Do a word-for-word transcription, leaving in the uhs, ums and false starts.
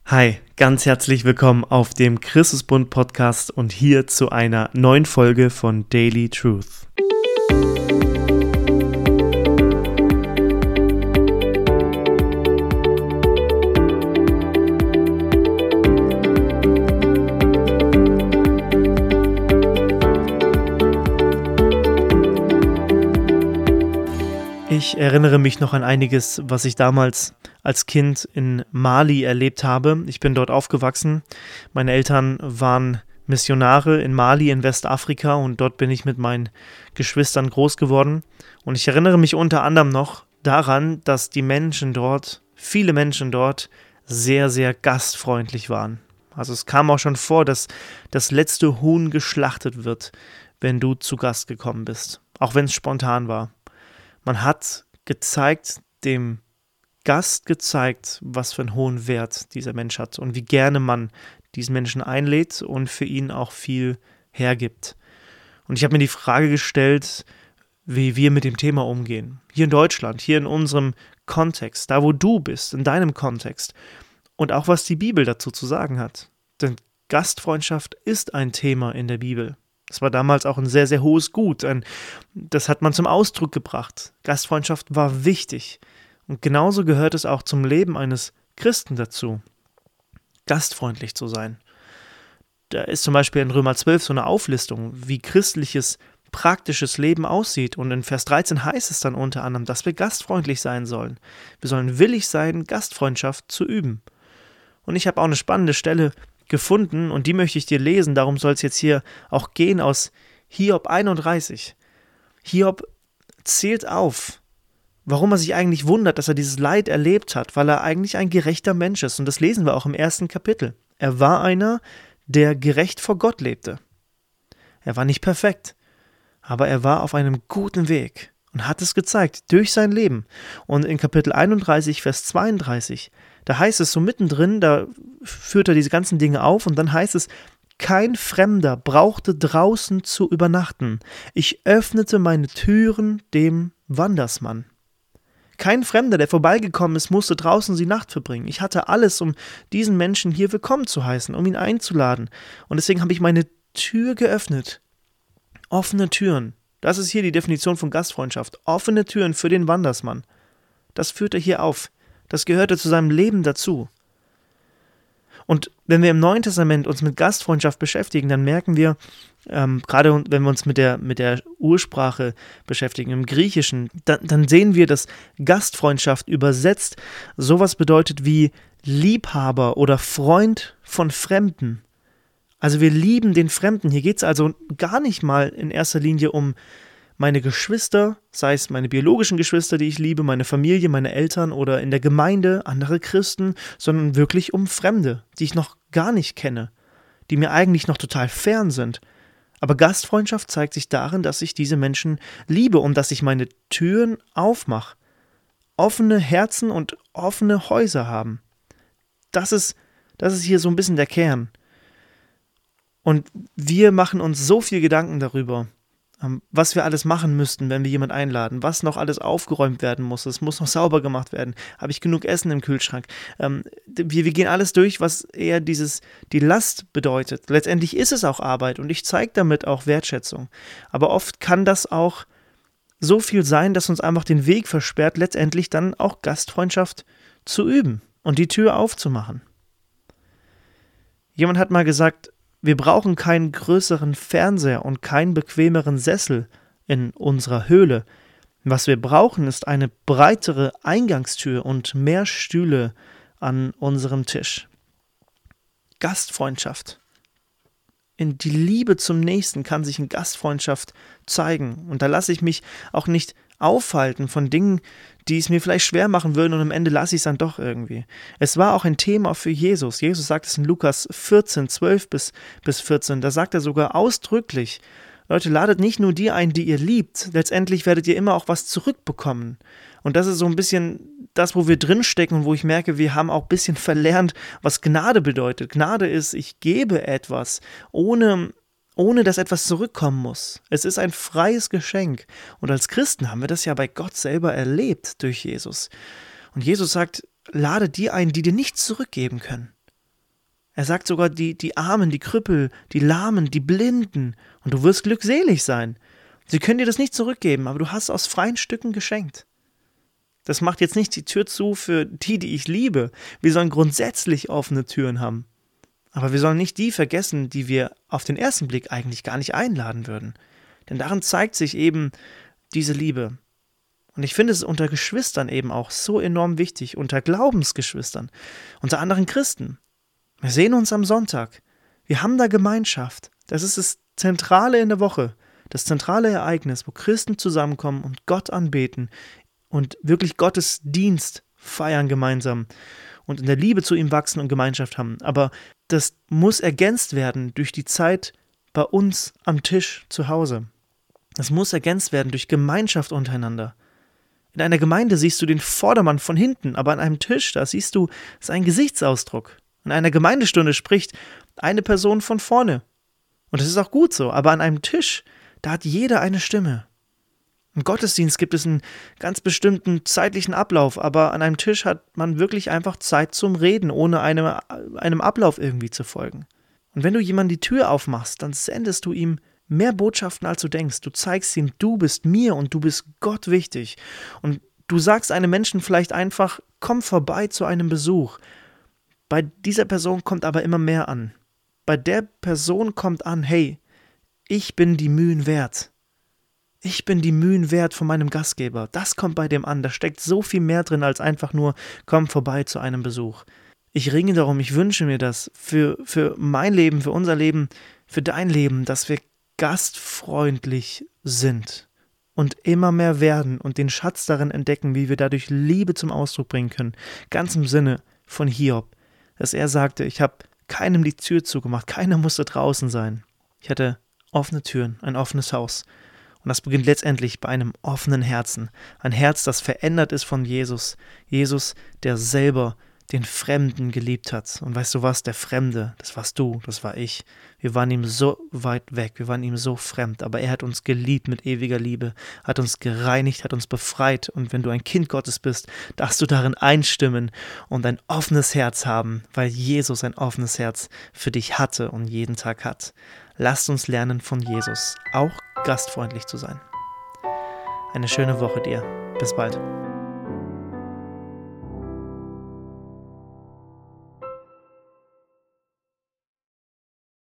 Hi, ganz herzlich willkommen auf dem Christusbund Podcast und hier zu einer neuen Folge von Daily Truth. Ich erinnere mich noch an einiges, was ich damals als Kind in Mali erlebt habe. Ich bin dort aufgewachsen. Meine Eltern waren Missionare in Mali in Westafrika und dort bin ich mit meinen Geschwistern groß geworden. Und ich erinnere mich unter anderem noch daran, dass die Menschen dort, viele Menschen dort, sehr, sehr gastfreundlich waren. Also es kam auch schon vor, dass das letzte Huhn geschlachtet wird, wenn du zu Gast gekommen bist, auch wenn es spontan war. Man hat gezeigt, dem Gast gezeigt, was für einen hohen Wert dieser Mensch hat und wie gerne man diesen Menschen einlädt und für ihn auch viel hergibt. Und ich habe mir die Frage gestellt, wie wir mit dem Thema umgehen. Hier in Deutschland, hier in unserem Kontext, da wo du bist, in deinem Kontext. Und auch was die Bibel dazu zu sagen hat. Denn Gastfreundschaft ist ein Thema in der Bibel. Das war damals auch ein sehr, sehr hohes Gut. Ein, das hat man zum Ausdruck gebracht. Gastfreundschaft war wichtig. Und genauso gehört es auch zum Leben eines Christen dazu, gastfreundlich zu sein. Da ist zum Beispiel in Römer zwölf so eine Auflistung, wie christliches, praktisches Leben aussieht. Und in Vers dreizehn heißt es dann unter anderem, dass wir gastfreundlich sein sollen. Wir sollen willig sein, Gastfreundschaft zu üben. Und ich habe auch eine spannende Stelle gefunden und die möchte ich dir lesen. Darum soll es jetzt hier auch gehen aus Hiob einunddreißig. Hiob zählt auf, warum er sich eigentlich wundert, dass er dieses Leid erlebt hat, weil er eigentlich ein gerechter Mensch ist. Und das lesen wir auch im ersten Kapitel. Er war einer, der gerecht vor Gott lebte. Er war nicht perfekt, aber er war auf einem guten Weg und hat es gezeigt durch sein Leben. Und in Kapitel einunddreißig, Vers zweiunddreißig, da heißt es so mittendrin, da führt er diese ganzen Dinge auf und dann heißt es, kein Fremder brauchte draußen zu übernachten. Ich öffnete meine Türen dem Wandersmann. Kein Fremder, der vorbeigekommen ist, musste draußen die Nacht verbringen. Ich hatte alles, um diesen Menschen hier willkommen zu heißen, um ihn einzuladen. Und deswegen habe ich meine Tür geöffnet. Offene Türen. Das ist hier die Definition von Gastfreundschaft. Offene Türen für den Wandersmann. Das führt er hier auf. Das gehörte zu seinem Leben dazu. Und wenn wir im Neuen Testament uns mit Gastfreundschaft beschäftigen, dann merken wir, ähm, gerade wenn wir uns mit der, mit der Ursprache beschäftigen, im Griechischen, dann, dann sehen wir, dass Gastfreundschaft übersetzt sowas bedeutet wie Liebhaber oder Freund von Fremden. Also wir lieben den Fremden. Hier geht es also gar nicht mal in erster Linie um meine Geschwister, sei es meine biologischen Geschwister, die ich liebe, meine Familie, meine Eltern oder in der Gemeinde andere Christen, sondern wirklich um Fremde, die ich noch gar nicht kenne, die mir eigentlich noch total fern sind. Aber Gastfreundschaft zeigt sich darin, dass ich diese Menschen liebe und dass ich meine Türen aufmache. Offene Herzen und offene Häuser haben. Das ist, das ist hier so ein bisschen der Kern. Und wir machen uns so viel Gedanken darüber, was wir alles machen müssten, wenn wir jemanden einladen, was noch alles aufgeräumt werden muss, es muss noch sauber gemacht werden, habe ich genug Essen im Kühlschrank. Ähm, wir, wir gehen alles durch, was eher dieses, die Last bedeutet. Letztendlich ist es auch Arbeit und ich zeige damit auch Wertschätzung. Aber oft kann das auch so viel sein, dass uns einfach den Weg versperrt, letztendlich dann auch Gastfreundschaft zu üben und die Tür aufzumachen. Jemand hat mal gesagt, wir brauchen keinen größeren Fernseher und keinen bequemeren Sessel in unserer Höhle. Was wir brauchen, ist eine breitere Eingangstür und mehr Stühle an unserem Tisch. Gastfreundschaft. In die Liebe zum Nächsten kann sich in Gastfreundschaft zeigen. Und da lasse ich mich auch nicht aufhalten von Dingen, die es mir vielleicht schwer machen würden und am Ende lasse ich es dann doch irgendwie. Es war auch ein Thema für Jesus. Jesus sagt es in Lukas vierzehn, zwölf bis vierzehn. Da sagt er sogar ausdrücklich, Leute, ladet nicht nur die ein, die ihr liebt. Letztendlich werdet ihr immer auch was zurückbekommen. Und das ist so ein bisschen das, wo wir drinstecken und wo ich merke, wir haben auch ein bisschen verlernt, was Gnade bedeutet. Gnade ist, ich gebe etwas, ohne ohne dass etwas zurückkommen muss. Es ist ein freies Geschenk. Und als Christen haben wir das ja bei Gott selber erlebt durch Jesus. Und Jesus sagt, lade die ein, die dir nichts zurückgeben können. Er sagt sogar, die, die Armen, die Krüppel, die Lahmen, die Blinden. Und du wirst glückselig sein. Sie können dir das nicht zurückgeben, aber du hast aus freien Stücken geschenkt. Das macht jetzt nicht die Tür zu für die, die ich liebe. Wir sollen grundsätzlich offene Türen haben. Aber wir sollen nicht die vergessen, die wir auf den ersten Blick eigentlich gar nicht einladen würden. Denn darin zeigt sich eben diese Liebe. Und ich finde es unter Geschwistern eben auch so enorm wichtig, unter Glaubensgeschwistern, unter anderen Christen. Wir sehen uns am Sonntag. Wir haben da Gemeinschaft. Das ist das Zentrale in der Woche, das zentrale Ereignis, wo Christen zusammenkommen und Gott anbeten und wirklich Gottes Dienst feiern gemeinsam und in der Liebe zu ihm wachsen und Gemeinschaft haben. Aber das muss ergänzt werden durch die Zeit bei uns am Tisch zu Hause. Das muss ergänzt werden durch Gemeinschaft untereinander. In einer Gemeinde siehst du den Vordermann von hinten, aber an einem Tisch, da siehst du seinen Gesichtsausdruck. In einer Gemeindestunde spricht eine Person von vorne. Und das ist auch gut so, aber an einem Tisch, da hat jeder eine Stimme. Im Gottesdienst gibt es einen ganz bestimmten zeitlichen Ablauf, aber an einem Tisch hat man wirklich einfach Zeit zum Reden, ohne einem, einem Ablauf irgendwie zu folgen. Und wenn du jemandem die Tür aufmachst, dann sendest du ihm mehr Botschaften, als du denkst. Du zeigst ihm, du bist mir und du bist Gott wichtig. Und du sagst einem Menschen vielleicht einfach, komm vorbei zu einem Besuch. Bei dieser Person kommt aber immer mehr an. Bei der Person kommt an, hey, ich bin die Mühen wert. Ich bin die Mühen wert von meinem Gastgeber. Das kommt bei dem an. Da steckt so viel mehr drin, als einfach nur, komm vorbei zu einem Besuch. Ich ringe darum, ich wünsche mir das für, für mein Leben, für unser Leben, für dein Leben, dass wir gastfreundlich sind und immer mehr werden und den Schatz darin entdecken, wie wir dadurch Liebe zum Ausdruck bringen können. Ganz im Sinne von Hiob, dass er sagte, ich habe keinem die Tür zugemacht, keiner musste draußen sein. Ich hatte offene Türen, ein offenes Haus. Und das beginnt letztendlich bei einem offenen Herzen. Ein Herz, das verändert ist von Jesus. Jesus, der selber den Fremden geliebt hat. Und weißt du was? Der Fremde, das warst du, das war ich. Wir waren ihm so weit weg, wir waren ihm so fremd. Aber er hat uns geliebt mit ewiger Liebe, hat uns gereinigt, hat uns befreit. Und wenn du ein Kind Gottes bist, darfst du darin einstimmen und ein offenes Herz haben, weil Jesus ein offenes Herz für dich hatte und jeden Tag hat. Lasst uns lernen von Jesus, auch gastfreundlich zu sein. Eine schöne Woche dir. Bis bald.